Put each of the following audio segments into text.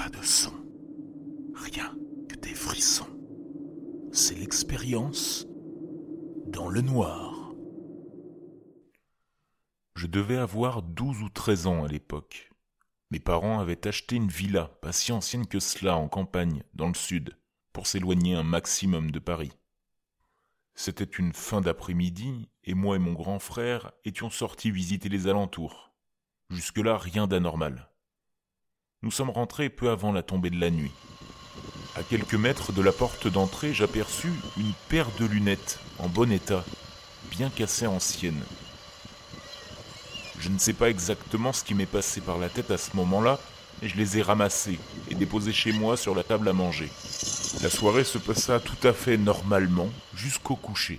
Pas de son, rien que des frissons. C'est l'expérience dans le noir. Je devais avoir 12 ou 13 ans à l'époque. Mes parents avaient acheté une villa, pas si ancienne que cela, en campagne, dans le sud, pour s'éloigner un maximum de Paris. C'était une fin d'après-midi, et moi et mon grand frère étions sortis visiter les alentours. Jusque-là, rien d'anormal. Nous sommes rentrés peu avant la tombée de la nuit. À quelques mètres de la porte d'entrée, j'aperçus une paire de lunettes, en bon état, bien qu'assez anciennes. Je ne sais pas exactement ce qui m'est passé par la tête à ce moment-là, mais je les ai ramassées et déposées chez moi sur la table à manger. La soirée se passa tout à fait normalement jusqu'au coucher.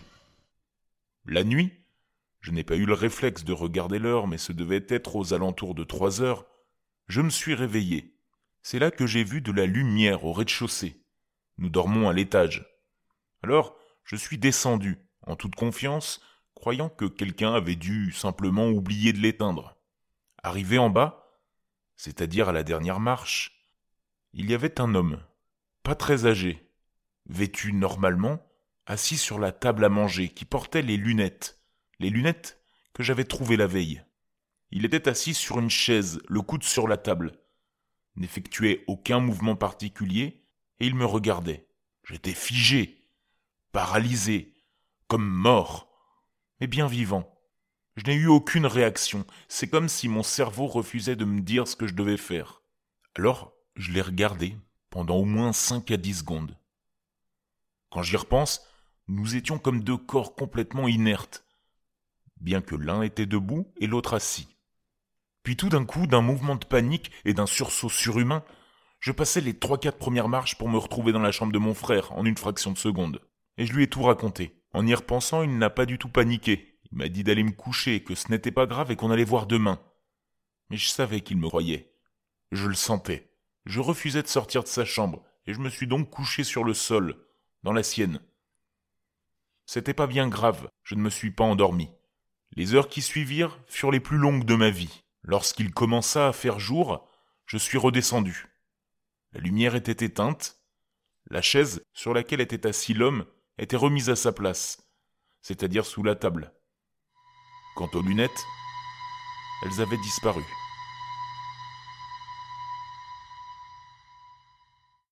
La nuit, je n'ai pas eu le réflexe de regarder l'heure, mais ce devait être aux alentours de 3 heures, je me suis réveillé. C'est là que j'ai vu de la lumière au rez-de-chaussée. Nous dormons à l'étage. Alors, je suis descendu, en toute confiance, croyant que quelqu'un avait dû simplement oublier de l'éteindre. Arrivé en bas, c'est-à-dire à la dernière marche, il y avait un homme, pas très âgé, vêtu normalement, assis sur la table à manger, qui portait les lunettes que j'avais trouvées la veille. Il était assis sur une chaise, le coude sur la table, n'effectuait aucun mouvement particulier, et il me regardait. J'étais figé, paralysé, comme mort, mais bien vivant. Je n'ai eu aucune réaction, c'est comme si mon cerveau refusait de me dire ce que je devais faire. Alors, je l'ai regardé pendant au moins 5 à 10 secondes. Quand j'y repense, nous étions comme deux corps complètement inertes, bien que l'un était debout et l'autre assis. Puis tout d'un coup, d'un mouvement de panique et d'un sursaut surhumain, je passais les 3-4 premières marches pour me retrouver dans la chambre de mon frère en une fraction de seconde. Et je lui ai tout raconté. En y repensant, il n'a pas du tout paniqué. Il m'a dit d'aller me coucher, que ce n'était pas grave et qu'on allait voir demain. Mais je savais qu'il me croyait. Je le sentais. Je refusais de sortir de sa chambre, et je me suis donc couché sur le sol, dans la sienne. C'était pas bien grave, je ne me suis pas endormi. Les heures qui suivirent furent les plus longues de ma vie. Lorsqu'il commença à faire jour, je suis redescendu. La lumière était éteinte. La chaise sur laquelle était assis l'homme était remise à sa place, c'est-à-dire sous la table. Quant aux lunettes, elles avaient disparu.